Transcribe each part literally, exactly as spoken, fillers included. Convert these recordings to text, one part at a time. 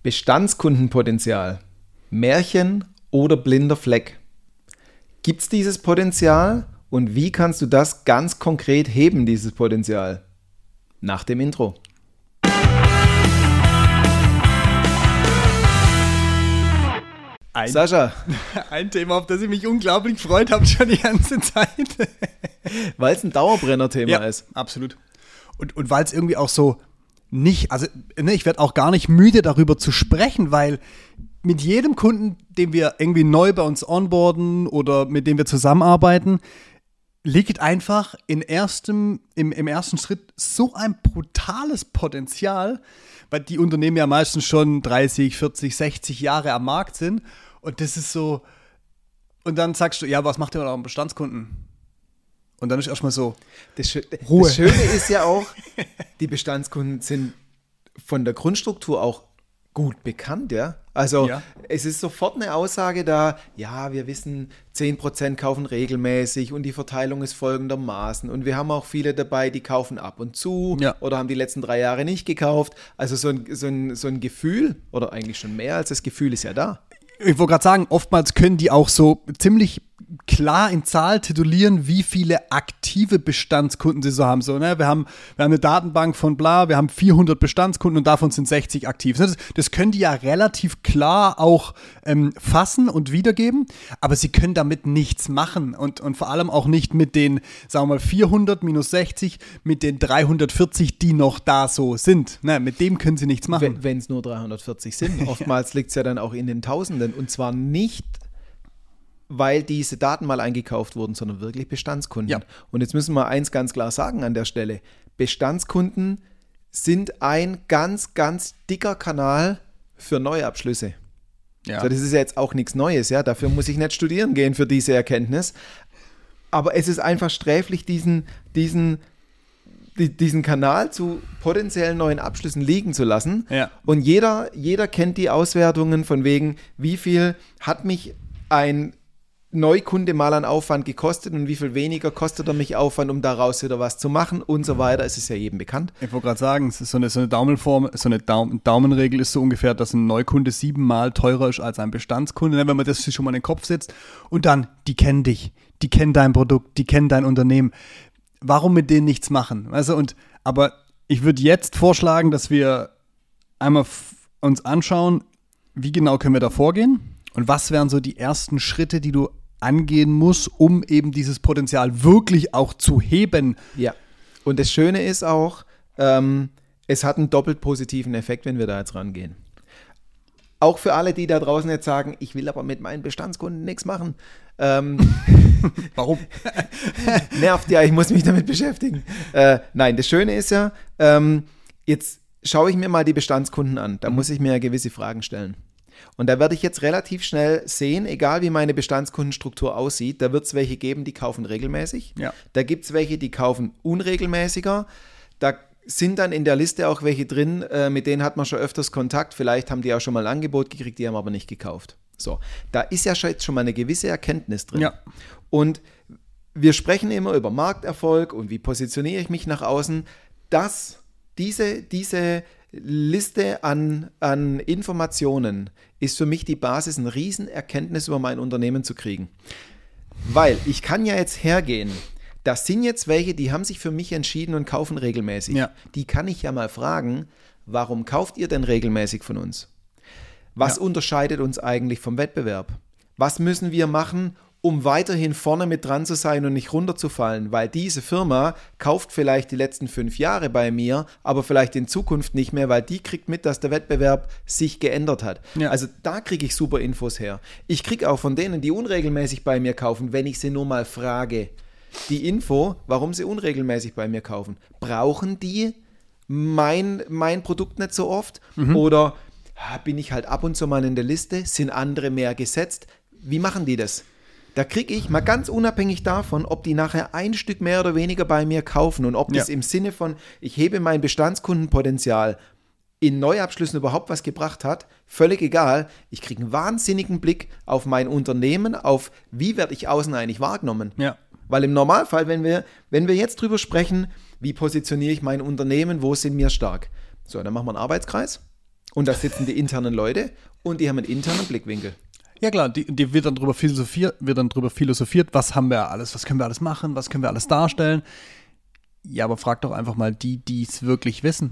Bestandskundenpotenzial, Märchen oder blinder Fleck? Gibt es dieses Potenzial und wie kannst du das ganz konkret heben, dieses Potenzial? Nach dem Intro. Ein, Sascha. Ein Thema, auf das ich mich unglaublich gefreut habe, schon die ganze Zeit. Weil es ein Dauerbrenner-Thema ja, ist. Absolut. Und, und weil es irgendwie auch so nicht, also ne, ich werde auch gar nicht müde, darüber zu sprechen, weil mit jedem Kunden, den wir irgendwie neu bei uns onboarden oder mit dem wir zusammenarbeiten, liegt einfach in erstem, im, im ersten Schritt so ein brutales Potenzial, weil die Unternehmen ja meistens schon dreißig, vierzig, sechzig Jahre am Markt sind. Und das ist so, und dann sagst du, ja, was macht ihr mit eurem Bestandskunden? Und dann ist erstmal so, das, Schö- Ruhe. Das Schöne ist ja auch, die Bestandskunden sind von der Grundstruktur auch gut bekannt, ja. Also ja. Es ist sofort eine Aussage da, ja, wir wissen, zehn Prozent kaufen regelmäßig und die Verteilung ist folgendermaßen. Und wir haben auch viele dabei, die kaufen ab und zu ja. oder haben die letzten drei Jahre nicht gekauft. Also so ein, so ein, so ein Gefühl, oder eigentlich schon mehr als das Gefühl ist ja da. Ich wollte gerade sagen, oftmals können die auch so ziemlich klar in Zahl titulieren, wie viele aktive Bestandskunden sie so haben. So, ne? wir, haben wir haben eine Datenbank von bla, wir haben vierhundert Bestandskunden und davon sind sechzig aktiv. Das, das können die ja relativ klar auch ähm, fassen und wiedergeben, aber sie können damit nichts machen und, und vor allem auch nicht mit den, sagen wir mal, vierhundert minus sechzig, mit den dreihundertvierzig, die noch da so sind. Ne? Mit dem können sie nichts machen. Wenn es nur dreihundertvierzig sind. Oftmals liegt es ja dann auch in den Tausenden und zwar nicht weil diese Daten mal eingekauft wurden, sondern wirklich Bestandskunden. Ja. Und jetzt müssen wir eins ganz klar sagen an der Stelle. Bestandskunden sind ein ganz, ganz dicker Kanal für Neuabschlüsse. Ja. So, das ist ja jetzt auch nichts Neues, ja. Dafür muss ich nicht studieren gehen für diese Erkenntnis. Aber es ist einfach sträflich, diesen, diesen, die, diesen Kanal zu potenziellen neuen Abschlüssen liegen zu lassen. Ja. Und jeder, jeder kennt die Auswertungen von wegen, wie viel hat mich ein Neukunde mal an Aufwand gekostet und wie viel weniger kostet er mich Aufwand, um daraus wieder was zu machen und so weiter. Es ist ja jedem bekannt. Ich wollte gerade sagen, es ist so eine, so eine Daumenform, so eine Daum- Daumenregel ist so ungefähr, dass ein Neukunde siebenmal teurer ist als ein Bestandskunde, wenn man das schon mal in den Kopf setzt. Und dann, die kennen dich, die kennen dein Produkt, die kennen dein Unternehmen. Warum mit denen nichts machen? Also und, aber ich würde jetzt vorschlagen, dass wir einmal f- uns anschauen, wie genau können wir da vorgehen und was wären so die ersten Schritte, die du angehen muss, um eben dieses Potenzial wirklich auch zu heben. Ja, und das Schöne ist auch, ähm, es hat einen doppelt positiven Effekt, wenn wir da jetzt rangehen. Auch für alle, die da draußen jetzt sagen, ich will aber mit meinen Bestandskunden nichts machen. Ähm, Warum? Nervt ja, ich muss mich damit beschäftigen. Äh, nein, das Schöne ist ja, ähm, jetzt schaue ich mir mal die Bestandskunden an. Da mhm. muss ich mir ja gewisse Fragen stellen. Und da werde ich jetzt relativ schnell sehen, egal wie meine Bestandskundenstruktur aussieht, da wird es welche geben, die kaufen regelmäßig. Ja. Da gibt es welche, die kaufen unregelmäßiger. Da sind dann in der Liste auch welche drin, äh, mit denen hat man schon öfters Kontakt. Vielleicht haben die auch schon mal ein Angebot gekriegt, die haben aber nicht gekauft. So, da ist ja schon jetzt schon mal eine gewisse Erkenntnis drin. Ja. Und wir sprechen immer über Markterfolg und wie positioniere ich mich nach außen. Das, diese, diese Liste an, an Informationen ist für mich die Basis, eine riesen Erkenntnis über mein Unternehmen zu kriegen. Weil ich kann ja jetzt hergehen, das sind jetzt welche, die haben sich für mich entschieden und kaufen regelmäßig. Ja. Die kann ich ja mal fragen, warum kauft ihr denn regelmäßig von uns? Was Ja. unterscheidet uns eigentlich vom Wettbewerb? Was müssen wir machen, um weiterhin vorne mit dran zu sein und nicht runterzufallen, weil diese Firma kauft vielleicht die letzten fünf Jahre bei mir, aber vielleicht in Zukunft nicht mehr, weil die kriegt mit, dass der Wettbewerb sich geändert hat. Ja. Also da kriege ich super Infos her. Ich kriege auch von denen, die unregelmäßig bei mir kaufen, wenn ich sie nur mal frage, die Info, warum sie unregelmäßig bei mir kaufen. Brauchen die mein, mein Produkt nicht so oft? Mhm. Oder bin ich halt ab und zu mal in der Liste? Sind andere mehr gesetzt? Wie machen die das? Da kriege ich mal ganz unabhängig davon, ob die nachher ein Stück mehr oder weniger bei mir kaufen und ob das ja. im Sinne von, ich hebe mein Bestandskundenpotenzial in Neuabschlüssen überhaupt was gebracht hat, völlig egal. Ich kriege einen wahnsinnigen Blick auf mein Unternehmen, auf wie werde ich außen eigentlich wahrgenommen. Ja. Weil im Normalfall, wenn wir, wenn wir jetzt drüber sprechen, wie positioniere ich mein Unternehmen, wo sind wir stark? So, dann machen wir einen Arbeitskreis. Und da sitzen die internen Leute und die haben einen internen Blickwinkel. Ja klar, die, die wird dann drüber philosophiert, wird dann drüber philosophiert, was haben wir alles, was können wir alles machen, was können wir alles darstellen. Ja, aber frag doch einfach mal die, die es wirklich wissen.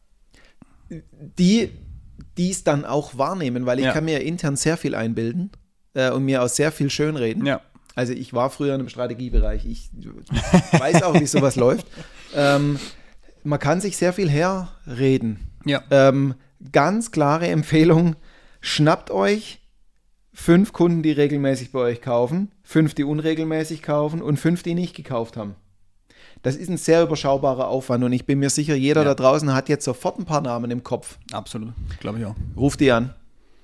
Die, die es dann auch wahrnehmen, weil ich Ja. kann mir intern sehr viel einbilden äh, und mir auch sehr viel schönreden. Ja. Also ich war früher in einem Strategiebereich, ich weiß auch, wie sowas läuft. Ähm, man kann sich sehr viel herreden. Ja. Ähm, ganz klare Empfehlung, schnappt euch fünf Kunden, die regelmäßig bei euch kaufen, fünf, die unregelmäßig kaufen und fünf, die nicht gekauft haben. Das ist ein sehr überschaubarer Aufwand und ich bin mir sicher, jeder Ja. da draußen hat jetzt sofort ein paar Namen im Kopf. Absolut, glaube ich auch. Ruft die an.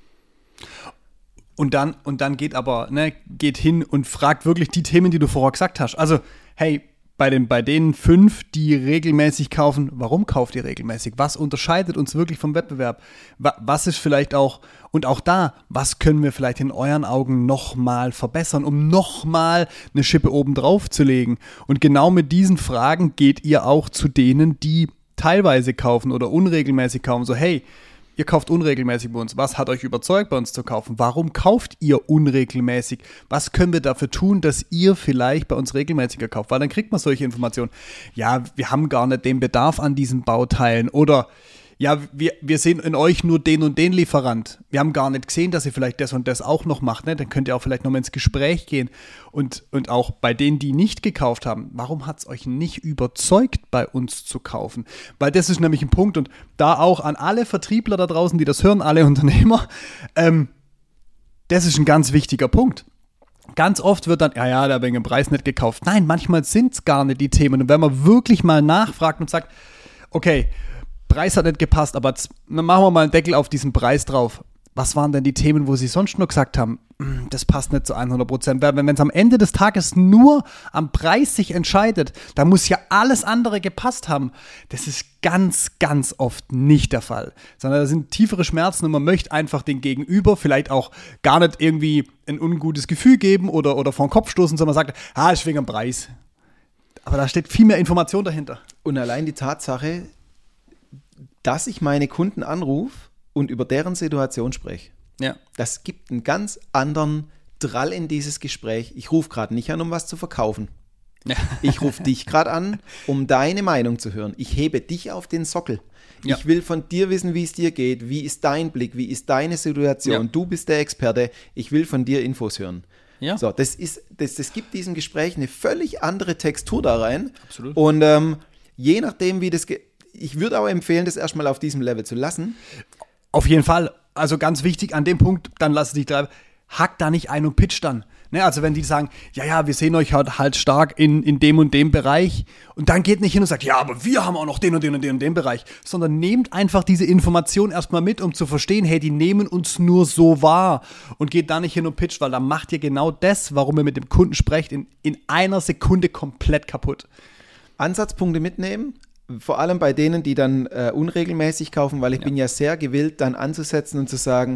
Und dann, und dann geht aber, ne, geht hin und fragt wirklich die Themen, die du vorher gesagt hast. Also, hey, bei den, bei den fünf, die regelmäßig kaufen, warum kauft ihr regelmäßig? Was unterscheidet uns wirklich vom Wettbewerb? Wa- Was ist vielleicht auch, und auch da, was können wir vielleicht in euren Augen nochmal verbessern, um nochmal eine Schippe oben drauf zu legen? Und genau mit diesen Fragen geht ihr auch zu denen, die teilweise kaufen oder unregelmäßig kaufen. So, hey, ihr kauft unregelmäßig bei uns. Was hat euch überzeugt, bei uns zu kaufen? Warum kauft ihr unregelmäßig? Was können wir dafür tun, dass ihr vielleicht bei uns regelmäßiger kauft? Weil dann kriegt man solche Informationen. Ja, wir haben gar nicht den Bedarf an diesen Bauteilen. Oder ja, wir, wir sehen in euch nur den und den Lieferant. Wir haben gar nicht gesehen, dass ihr vielleicht das und das auch noch macht. Ne? Dann könnt ihr auch vielleicht nochmal ins Gespräch gehen. Und, und auch bei denen, die nicht gekauft haben, warum hat es euch nicht überzeugt, bei uns zu kaufen? Weil das ist nämlich ein Punkt. Und da auch an alle Vertriebler da draußen, die das hören, alle Unternehmer, ähm, das ist ein ganz wichtiger Punkt. Ganz oft wird dann, ja, ja, der hat wegen dem Preis nicht gekauft. Nein, manchmal sind es gar nicht die Themen. Und wenn man wirklich mal nachfragt und sagt, okay, Preis hat nicht gepasst, aber jetzt machen wir mal einen Deckel auf diesen Preis drauf. Was waren denn die Themen, wo sie sonst nur gesagt haben, das passt nicht zu hundert Prozent? Wenn es am Ende des Tages nur am Preis sich entscheidet, dann muss ja alles andere gepasst haben. Das ist ganz, ganz oft nicht der Fall. Sondern da sind tiefere Schmerzen und man möchte einfach den Gegenüber vielleicht auch gar nicht irgendwie ein ungutes Gefühl geben oder, oder vor den Kopf stoßen, sondern man sagt, ah, ist wegen dem Preis. Aber da steht viel mehr Information dahinter. Und allein die Tatsache, dass ich meine Kunden anrufe und über deren Situation spreche, Ja. das gibt einen ganz anderen Drall in dieses Gespräch. Ich rufe gerade nicht an, um was zu verkaufen. Ja. Ich rufe dich gerade an, um deine Meinung zu hören. Ich hebe dich auf den Sockel. Ja. Ich will von dir wissen, wie es dir geht. Wie ist dein Blick? Wie ist deine Situation? Ja. Du bist der Experte. Ich will von dir Infos hören. Ja. So, das ist, das, das gibt diesem Gespräch eine völlig andere Textur da rein. Absolut. Und ähm, je nachdem, wie das geht, ich würde aber empfehlen, das erstmal auf diesem Level zu lassen. Auf jeden Fall. Also ganz wichtig, an dem Punkt, dann lass es dich treiben, hack da nicht ein und pitch dann. Ne, also wenn die sagen, ja, ja, wir sehen euch halt, halt stark in, in dem und dem Bereich und dann geht nicht hin und sagt, ja, aber wir haben auch noch den und den und den und den Bereich, sondern nehmt einfach diese Information erstmal mit, um zu verstehen, hey, die nehmen uns nur so wahr und geht da nicht hin und pitcht, weil dann macht ihr genau das, warum ihr mit dem Kunden sprecht, in, in einer Sekunde komplett kaputt. Ansatzpunkte mitnehmen, vor allem bei denen, die dann äh, unregelmäßig kaufen, weil ich Ja. bin ja sehr gewillt, dann anzusetzen und zu sagen,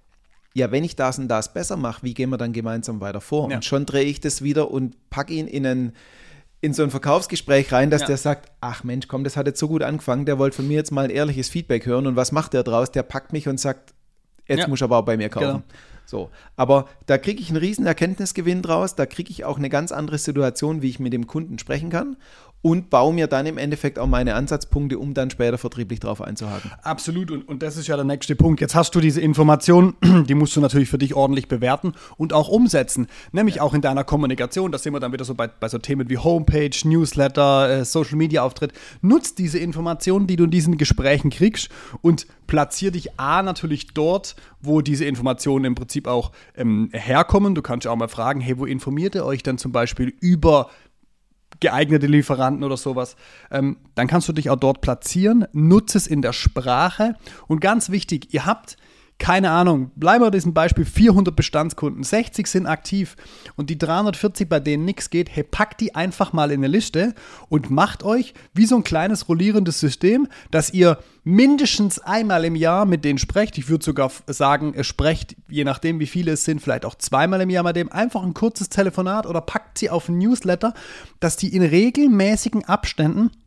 ja, wenn ich das und das besser mache, wie gehen wir dann gemeinsam weiter vor? Ja. Und schon drehe ich das wieder und packe ihn in, einen, in so ein Verkaufsgespräch rein, dass Ja. der sagt, ach Mensch, komm, das hat jetzt so gut angefangen, der wollte von mir jetzt mal ein ehrliches Feedback hören und was macht der draus? Der packt mich und sagt, jetzt Ja. muss ich aber auch bei mir kaufen. Genau. So, aber da kriege ich einen riesen Erkenntnisgewinn draus, da kriege ich auch eine ganz andere Situation, wie ich mit dem Kunden sprechen kann und baue mir dann im Endeffekt auch meine Ansatzpunkte, um dann später vertrieblich drauf einzuhaken. Absolut, und, und das ist ja der nächste Punkt. Jetzt hast du diese Informationen, die musst du natürlich für dich ordentlich bewerten und auch umsetzen, nämlich auch in deiner Kommunikation. Da sind wir dann wieder so bei, bei so Themen wie Homepage, Newsletter, äh, Social-Media-Auftritt. Nutz diese Informationen, die du in diesen Gesprächen kriegst und platzier dich A natürlich dort, wo diese Informationen im Prinzip auch ähm, herkommen. Du kannst ja auch mal fragen, hey, wo informiert ihr euch denn zum Beispiel über geeignete Lieferanten oder sowas, ähm, dann kannst du dich auch dort platzieren, nutze es in der Sprache und ganz wichtig, ihr habt, keine Ahnung, bleiben wir bei diesem Beispiel, vierhundert Bestandskunden, sechzig sind aktiv und die dreihundertvierzig, bei denen nichts geht, hey, packt die einfach mal in eine Liste und macht euch wie so ein kleines rollierendes System, dass ihr mindestens einmal im Jahr mit denen sprecht. Ich würde sogar sagen, ihr sprecht, je nachdem wie viele es sind, vielleicht auch zweimal im Jahr mit dem, einfach ein kurzes Telefonat oder packt sie auf ein Newsletter, dass die in regelmäßigen Abständen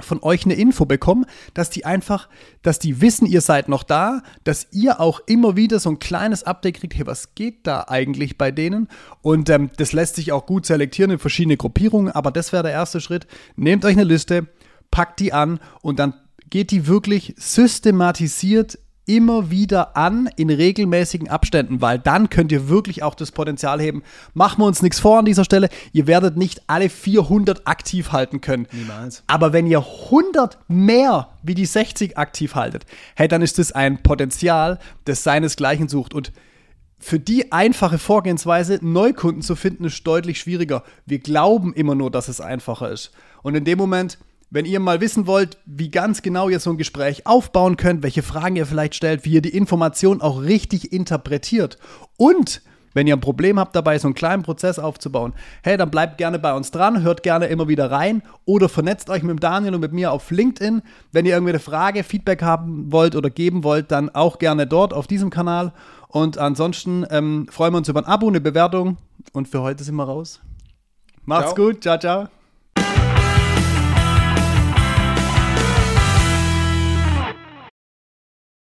von euch eine Info bekommen, dass die einfach, dass die wissen, ihr seid noch da, dass ihr auch immer wieder so ein kleines Update kriegt, hey, was geht da eigentlich bei denen? Und ähm, das lässt sich auch gut selektieren in verschiedene Gruppierungen, aber das wäre der erste Schritt. Nehmt euch eine Liste, packt die an und dann geht die wirklich systematisiert immer wieder an in regelmäßigen Abständen, weil dann könnt ihr wirklich auch das Potenzial heben. Machen wir uns nichts vor an dieser Stelle. Ihr werdet nicht alle vierhundert aktiv halten können. Niemals. Aber wenn ihr hundert mehr wie die sechzig aktiv haltet, hey, dann ist das ein Potenzial, das seinesgleichen sucht. Und für die einfache Vorgehensweise, Neukunden zu finden, ist deutlich schwieriger. Wir glauben immer nur, dass es einfacher ist. Und in dem Moment, wenn ihr mal wissen wollt, wie ganz genau ihr so ein Gespräch aufbauen könnt, welche Fragen ihr vielleicht stellt, wie ihr die Information auch richtig interpretiert und wenn ihr ein Problem habt dabei, so einen kleinen Prozess aufzubauen, hey, dann bleibt gerne bei uns dran, hört gerne immer wieder rein oder vernetzt euch mit dem Daniel und mit mir auf LinkedIn. Wenn ihr irgendwie eine Frage, Feedback haben wollt oder geben wollt, dann auch gerne dort auf diesem Kanal. Und ansonsten ähm, freuen wir uns über ein Abo, eine Bewertung und für heute sind wir raus. Macht's Ciao. gut, ciao, ciao.